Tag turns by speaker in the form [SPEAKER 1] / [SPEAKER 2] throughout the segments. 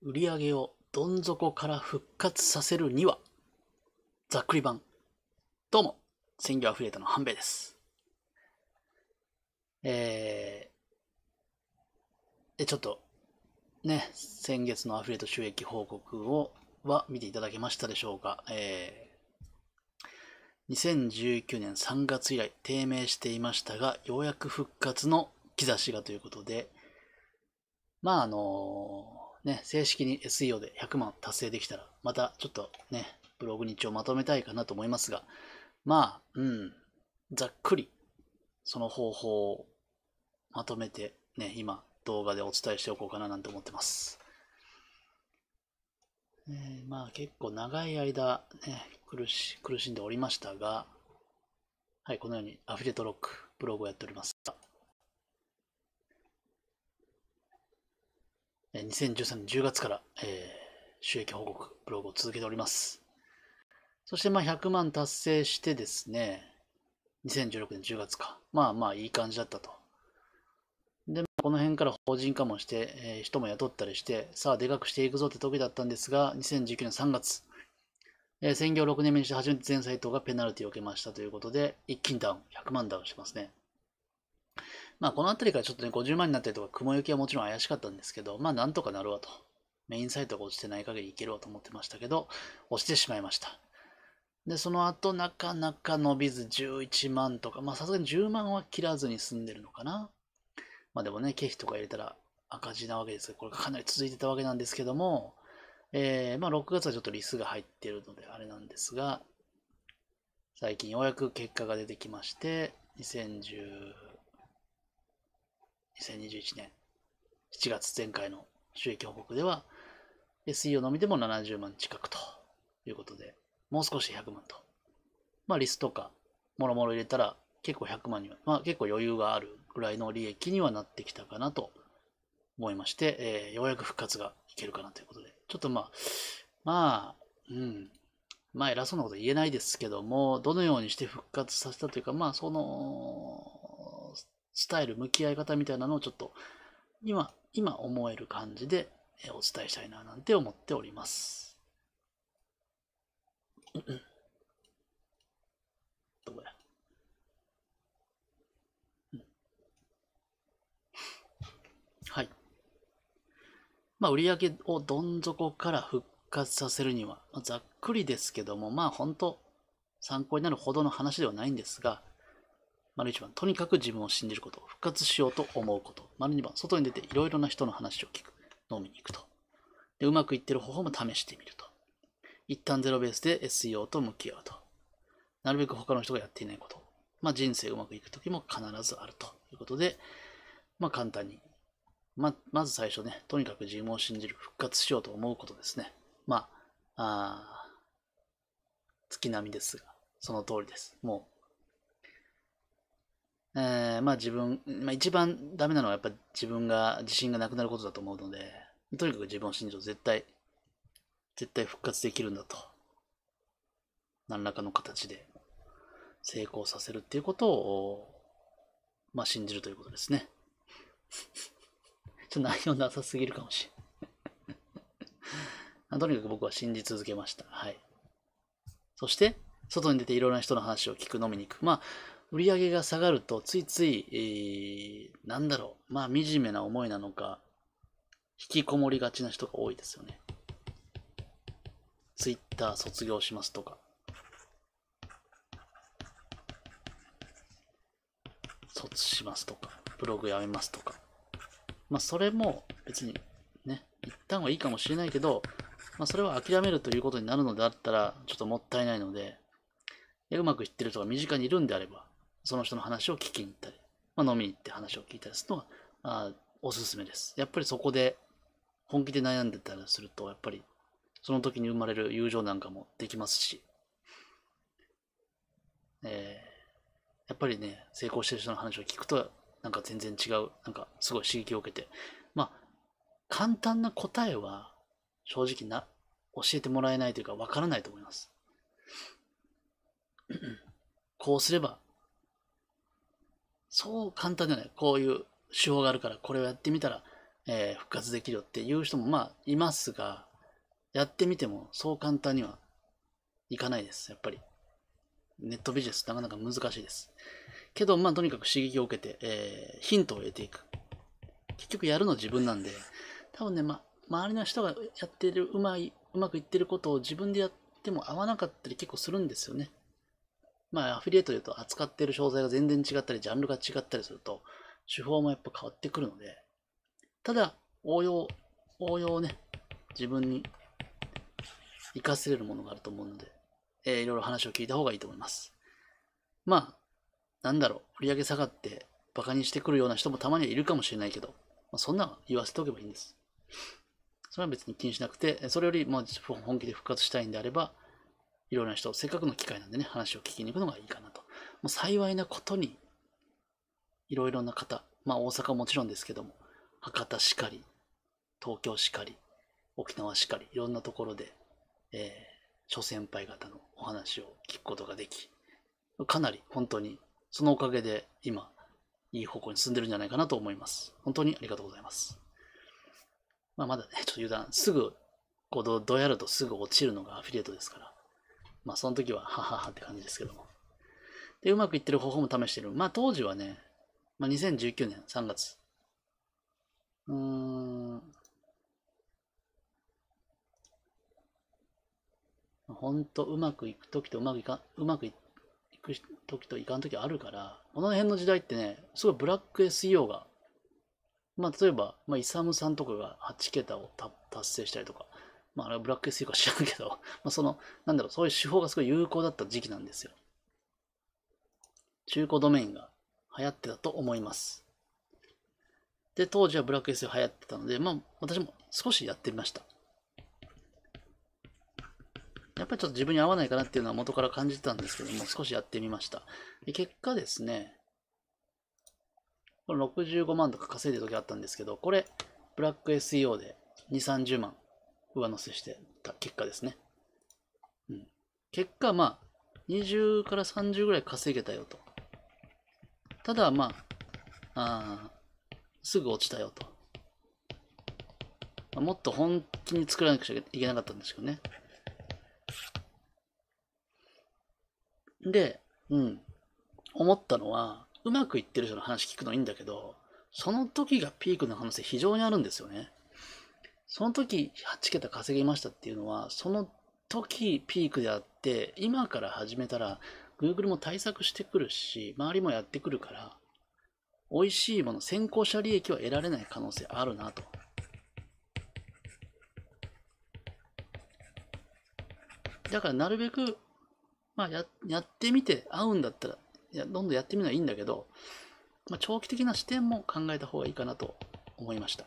[SPEAKER 1] 売り上げをどん底から復活させるには、ざっくり版。どうも、鮮魚アフィリエイトの半兵衛です。ちょっとね、先月のアフィリエイト収益報告は見ていただけましたでしょうか。2019年3月以来低迷していましたが、ようやく復活の兆しがということで、正式に SEO で100万達成できたら、またちょっとね、ブログに一応まとめたいかなと思いますが、ざっくりその方法をまとめてね、今動画でお伝えしておこうかななんて思ってます。結構長い間ね、苦しんでおりましたが、はい、このようにアフィリエイトロック、ブログをやっております。2013年10月から、収益報告、ブログを続けております。そして100万達成してですね、2016年10月か。いい感じだったと。で、この辺から法人化もして、人も雇ったりして、さあでかくしていくぞって時だったんですが、2019年3月、専業6年目にして初めて全サイトがペナルティを受けましたということで、一気にダウン、100万ダウンしてますね。この辺りからちょっとね、50万になったりとか、雲行きはもちろん怪しかったんですけど、なんとかなるわと。メインサイトが落ちてない限りいけるわと思ってましたけど、落ちてしまいました。で、その後、なかなか伸びず11万とか、さすがに10万は切らずに済んでるのかな。でもね、経費とか入れたら赤字なわけですが、これがかなり続いてたわけなんですけども、6月はちょっとリスが入っているのであれなんですが、最近ようやく結果が出てきまして、2021年7月前回の収益報告では、SEO のみでも70万近くということで、もう少し100万と。リスとか、もろもろ入れたら結構100万には、結構余裕があるぐらいの利益にはなってきたかなと思いまして、ようやく復活がいけるかなということで、ちょっと偉そうなこと言えないですけども、どのようにして復活させたというか、その、スタイル、向き合い方みたいなのをちょっと、今思える感じでお伝えしたいななんて思っております。どこや。はい。売上をどん底から復活させるには、ざっくりですけども、本当参考になるほどの話ではないんですが、丸1番、とにかく自分を信じること、復活しようと思うこと。丸2番、外に出ていろいろな人の話を聞く、飲みに行くと。で、うまくいってる方法も試してみると。一旦ゼロベースで SEO と向き合うと。なるべく他の人がやっていないこと。人生うまくいくときも必ずあるということで、簡単にまず最初ね、とにかく自分を信じる、復活しようと思うことですね。月並みですが、その通りです。もう、自分、一番ダメなのはやっぱ自分が自信がなくなることだと思うので、とにかく自分を信じると絶対復活できるんだと。何らかの形で成功させるっていうことを、信じるということですね。ちょっと内容なさすぎるかもしれない。とにかく僕は信じ続けました。はい。そして、外に出ていろんな人の話を聞く、飲みに行く。売り上げが下がると、ついつい、惨めな思いなのか、引きこもりがちな人が多いですよね。ツイッター卒業しますとか、卒しますとか、ブログやめますとか。それも別にね、一旦はいいかもしれないけど、それは諦めるということになるのであったら、ちょっともったいないので、うまくいってる人が身近にいるんであれば、その人の話を聞きに行ったり、飲みに行って話を聞いたりするのがおすすめです。やっぱりそこで本気で悩んでたりすると、やっぱりその時に生まれる友情なんかもできますし、やっぱりね、成功してる人の話を聞くと、なんか全然違う、なんかすごい刺激を受けて、簡単な答えは正直教えてもらえないというかわからないと思います。こうすれば、そう簡単じゃない。こういう手法があるから、これをやってみたら、 復活できるよっていう人もまあいますが、やってみてもそう簡単にはいかないです。やっぱり。ネットビジネスなかなか難しいです。けど、まあとにかく刺激を受けて、ヒントを得ていく。結局やるの自分なんで、多分ね、周りの人がやってるうまくいってることを自分でやっても合わなかったり結構するんですよね。アフィリエイトで言うと扱ってる商材が全然違ったり、ジャンルが違ったりすると、手法もやっぱ変わってくるので、ただ、応用をね、自分に活かせれるものがあると思うので、いろいろ話を聞いた方がいいと思います。売上下がってバカにしてくるような人もたまにはいるかもしれないけど、そんなの言わせておけばいいんです。それは別に気にしなくて、それよりも本気で復活したいんであれば、いろんな人、せっかくの機会なんでね、話を聞きに行くのがいいかなと。もう幸いなことに、いろいろな方、大阪もちろんですけども、博多しかり、東京しかり、沖縄しかり、いろんなところで、諸先輩方のお話を聞くことができ、かなり本当にそのおかげで今、いい方向に進んでるんじゃないかなと思います。本当にありがとうございます。まだね、ちょっと油断、すぐ、どやるとすぐ落ちるのがアフィリエイトですから、その時は、はははって感じですけども。で、うまくいってる方法も試してる。当時はね、2019年3月。ほんとうまくいく時とうまくいく時といかん時あるから、この辺の時代ってね、すごいブラック SEO が、例えば、イサムさんとかが8桁を達成したりとか、あれはブラック SEO か知らんけど、そういう手法がすごい有効だった時期なんですよ。中古ドメインが流行ってたと思います。で、当時はブラック SEO 流行ってたので、私も少しやってみました。やっぱりちょっと自分に合わないかなっていうのは元から感じてたんですけども、少しやってみました。で結果ですね、この65万とか稼いでる時あったんですけど、これ、ブラック SEO で2、30万上乗せしてた結果ですね。結果、20から30ぐらい稼げたよと。ただ、すぐ落ちたよと。もっと本気に作らなくちゃいけなかったんですけどね。で、思ったのは、うまくいってる人の話聞くのいいんだけど、その時がピークの可能性非常にあるんですよね。その時8桁稼ぎましたっていうのは、その時ピークであって、今から始めたら、Google も対策してくるし、周りもやってくるから、美味しいもの、先行者利益は得られない可能性あるなと。だからなるべく、やってみて合うんだったら、どんどんやってみるのはいいんだけど、長期的な視点も考えた方がいいかなと思いました。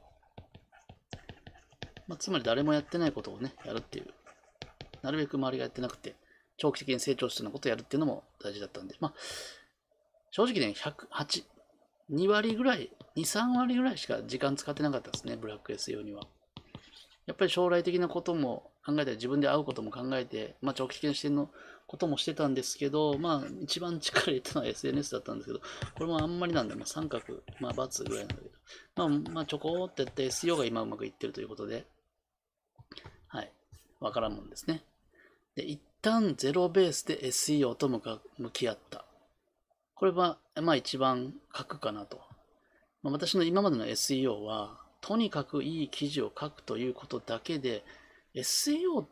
[SPEAKER 1] つまり誰もやってないことをね、やるっていう。なるべく周りがやってなくて、長期的に成長するようなことをやるっていうのも大事だったんで、正直ね、108、2割ぐらい、2、3割ぐらいしか時間使ってなかったですね、ブラック SEO には。やっぱり将来的なことも考えたり、自分で会うことも考えて、長期的な視点のこともしてたんですけど、一番力入れたのは SNS だったんですけど、これもあんまりなんで、三角、×ぐらいなんだけど、ちょこーってやって SEO が今うまくいってるということで、はい、わからんもんですね。で、一旦ゼロベースで SEO と向き合った。これは、一番書くかなと。私の今までの SEO は、とにかくいい記事を書くということだけで、SEO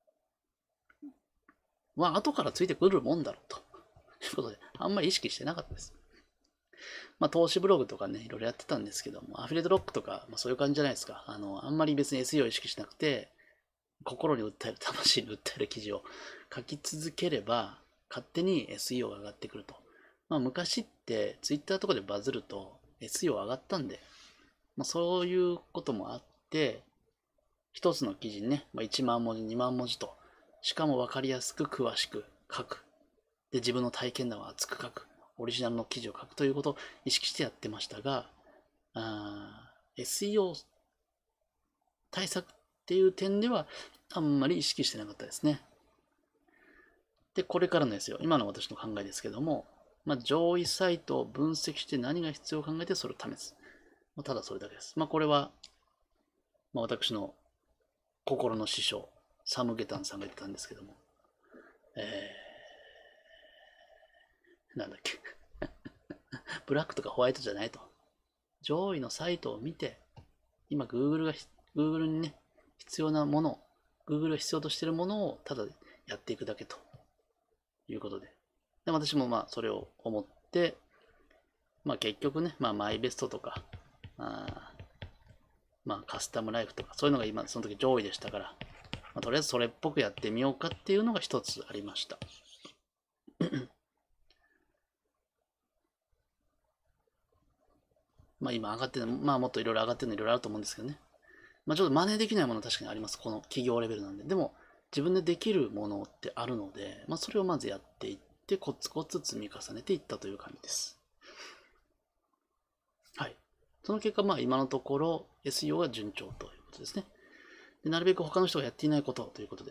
[SPEAKER 1] は後からついてくるもんだろうということで、あんまり意識してなかったです。投資ブログとかね、いろいろやってたんですけども、アフィリエイトロックとか、そういう感じじゃないですか。あんまり別に SEO を意識しなくて、心に訴える、魂に訴える記事を書き続ければ、勝手に SEO が上がってくると。昔って Twitter とかでバズると SEO 上がったんで、そういうこともあって、一つの記事にね、1万文字、2万文字と、しかも分かりやすく詳しく書く。で、自分の体験談を熱く書く。オリジナルの記事を書くということを意識してやってましたが、SEO 対策っていう点ではあんまり意識してなかったですね。で、これからのですよ。今の私の考えですけども、上位サイトを分析して何が必要を考えてそれを試す。 ただそれだけです。これは、私の心の師匠、サムゲタンさんが言ってたんですけども、なんだっけ。ブラックとかホワイトじゃないと。上位のサイトを見て、今 Google にね、必要なものを、Google が必要としているものをただやっていくだけということで。で私もそれを思って、結局ね、マイベストとか、カスタムライフとか、そういうのが今、その時上位でしたから、とりあえずそれっぽくやってみようかっていうのが一つありました。今上がってるの、もっといろいろ上がってるのいろいろあると思うんですけどね。ちょっと真似できないもの確かにあります。この企業レベルなんで。でも、自分でできるものってあるので、それをまずやっていって、コツコツ積み重ねていったという感じです。はい。その結果、今のところ SEO が順調ということですね。でなるべく他の人がやっていないことということで、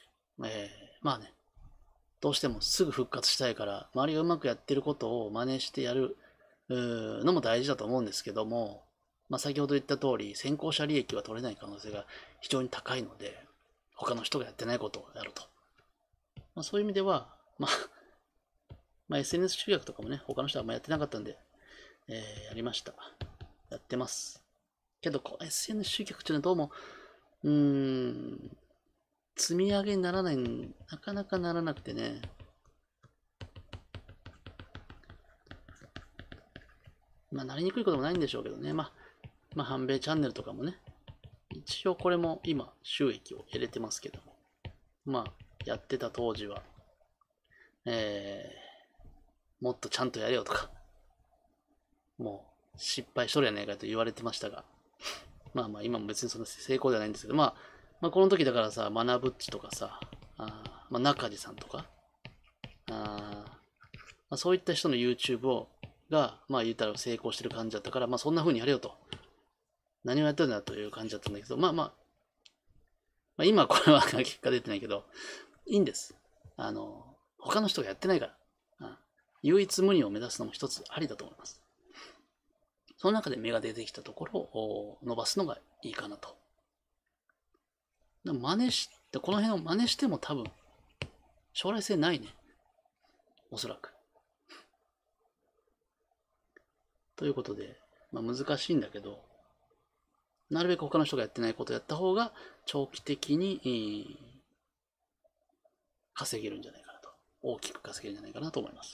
[SPEAKER 1] どうしてもすぐ復活したいから、周りがうまくやってることを真似してやるのも大事だと思うんですけども、先ほど言った通り、先行者利益は取れない可能性が非常に高いので、他の人がやってないことをやると。そういう意味では、SNS 集客とかもね、他の人はあんまやってなかったんで、やりました。やってます。けど、SNS 集客っていうのはどうも、積み上げにならない、なかなかならなくてね。なりにくいこともないんでしょうけどね。反米チャンネルとかもね。一応これも今、収益を入れてますけども。やってた当時は、もっとちゃんとやれよとか、もう失敗しとるやないかと言われてましたが、今も別にそんな成功ではないんですけど、この時だからさ、学ぶっちとかさ、中地さんとか、そういった人の YouTube が、言ったら成功してる感じだったから、そんな風にやれよと。何をやってるんだという感じだったんだけど、今これは結果出てないけど、いいんです。他の人がやってないから。唯一無二を目指すのも一つありだと思います。その中で芽が出てきたところを伸ばすのがいいかなと。真似して、この辺を真似しても多分、将来性ないね。おそらく。ということで、難しいんだけど、なるべく他の人がやってないことをやった方が、長期的に稼げるんじゃないかなと。大きく稼げるんじゃないかなと思います。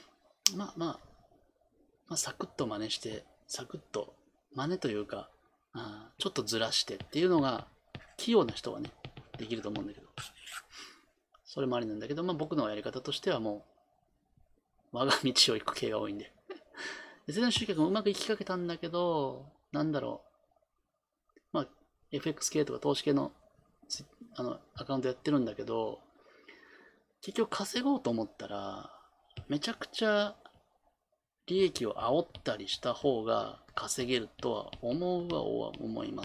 [SPEAKER 1] サクッと真似して、サクッと真似というか、ちょっとずらしてっていうのが、器用な人はね、できると思うんだけど、それもありなんだけど、僕のやり方としてはもう、我が道を行く系が多いんで。SNS 集客もうまくいきかけたんだけど、FX 系とか投資系のアカウントやってるんだけど、結局稼ごうと思ったら、めちゃくちゃ利益を煽ったりした方が稼げるとは思います。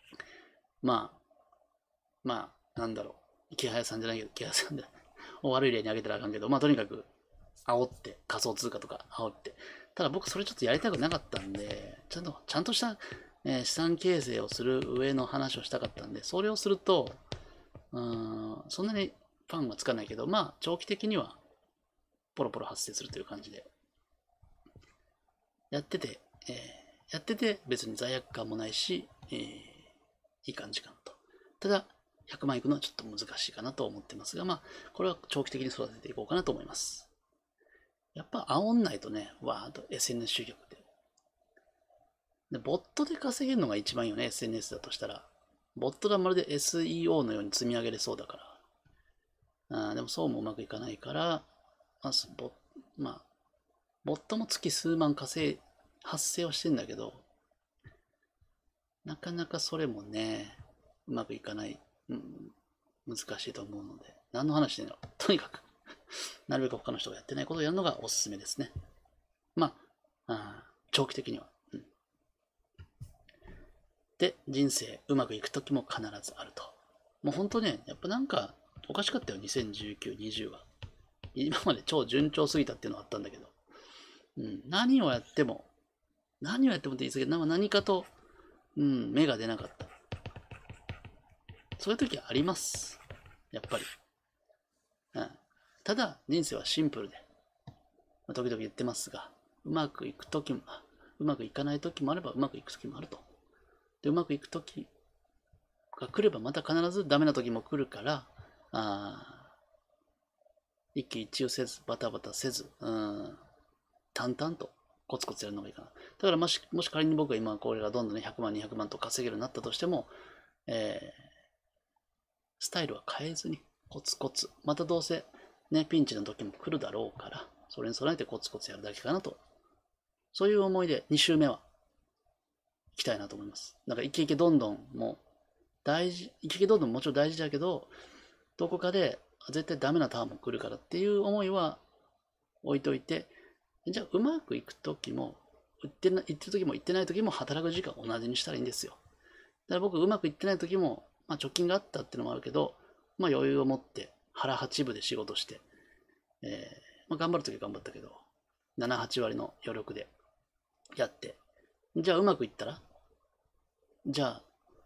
[SPEAKER 1] 池早さんじゃないけど、池早さんで悪い例に挙げたらあかんけど、とにかく煽って仮想通貨とか煽って。ただ僕それちょっとやりたくなかったんで、ちゃんとした、資産形成をする上の話をしたかったんで、それをすると、そんなにファンはつかないけど、長期的にはポロポロ発生するという感じで。やってて別に罪悪感もないし、いい感じかなと。ただ、100万いくのはちょっと難しいかなと思ってますが、これは長期的に育てていこうかなと思います。やっぱ煽んないとね、わーっと SNS 集客で。ボットで稼げるのが一番いいよね、SNS だとしたら。ボットがまるで SEO のように積み上げれそうだから。でもそうもうまくいかないから、ボットも月数万発生はしてんだけど、なかなかそれもね、うまくいかない、難しいと思うので、何の話してんのとにかくなるべく他の人がやってないことをやるのがおすすめですね。長期的には。で、人生うまくいくときも必ずあると。もう本当ね、やっぱおかしかったよ、2019、20は。今まで超順調すぎたっていうのがあったんだけど、何をやっても何をやってもって言い過ぎる。何かと、芽が出なかった。そういう時はあります。やっぱり。ただ、人生はシンプルで、時々言ってますが、うまくいく時も、うまくいかない時もあれば、うまくいく時もあると。で、うまくいく時が来れば、また必ずダメな時も来るから、一喜一憂せず、バタバタせず、淡々とコツコツやるのがいいかな。だからもし仮に僕が今これがどんどん100万、200万と稼げるようになったとしても、スタイルは変えずにコツコツ、またどうせね、ピンチの時も来るだろうから、それに備えてコツコツやるだけかなと。そういう思いで2週目は行きたいなと思います。なんかイケイケどんどんも大事、イケイケどんどんもちろん大事だけど、どこかで絶対ダメなターンも来るからっていう思いは置いといて、じゃあうまくいく時も、行ってる時も行ってない時も働く時間を同じにしたらいいんですよ。だから僕うまくいってない時も、貯金があったっていうのもあるけど、余裕を持って腹8分で仕事して、頑張る時は頑張ったけど、7、8割の余力でやって、じゃあうまくいったら、じゃあ、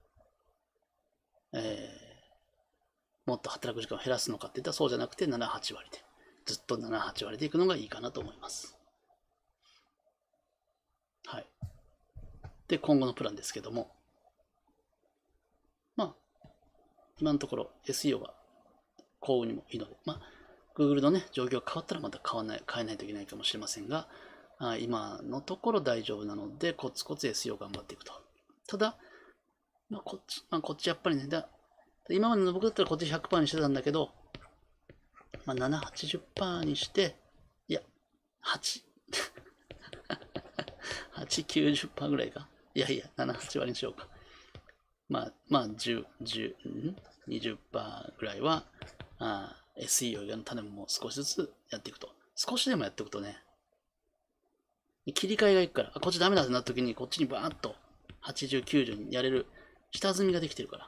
[SPEAKER 1] もっと働く時間を減らすのかって言ったらそうじゃなくて7、8割で、ずっと7、8割でいくのがいいかなと思います。はい。で、今後のプランですけども、今のところ SEO が幸運にもいいので、Google のね、状況が変わったらまた変えないといけないかもしれませんが、今のところ大丈夫なので、コツコツ SEO 頑張っていくと。ただ、こっちやっぱりね、今までの僕だったらこっち 100% にしてたんだけど、7、80% にして、いや、8、8、90% ぐらいか。いやいや、7、8割にしようか。10、20% ぐらいは、SEO 以外の種も少しずつやっていくと。少しでもやっていくとね、切り替えがいくから、こっちダメだってなった時に、こっちにバーッと80、90にやれる下積みができてるから。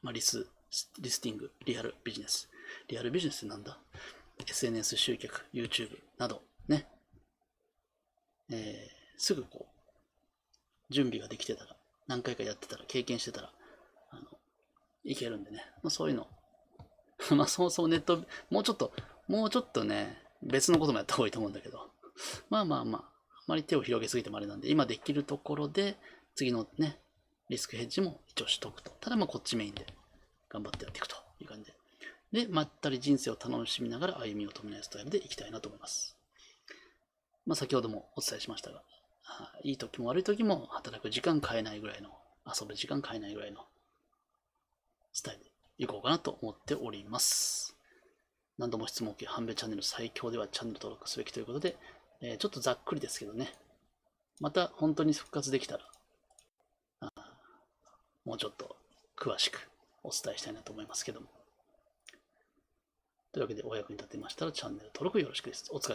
[SPEAKER 1] リスティング、リアルビジネス。リアルビジネスってなんだ？ SNS 集客、YouTube などね。すぐ準備ができてたら、何回かやってたら、経験してたら、いけるんでね。そういうの。そもそもネット、もうちょっとね、別のこともやった方がいいと思うんだけど。あまり手を広げすぎてもあれなんで、今できるところで、次のね、リスクヘッジも一応しとくと。ただこっちメインで頑張ってやっていくという感じで。で、まったり人生を楽しみながら歩みを止めないスタイルでいきたいなと思います。先ほどもお伝えしましたが、いい時も悪い時も働く時間変えないぐらいの、遊ぶ時間変えないぐらいのスタイルでいこうかなと思っております。何度も質問を受け、半べチャンネル最強ではチャンネル登録すべきということで、ちょっとざっくりですけどね、また本当に復活できたら、もうちょっと詳しくお伝えしたいなと思いますけども。というわけでお役に立てましたらチャンネル登録よろしくです。お疲れ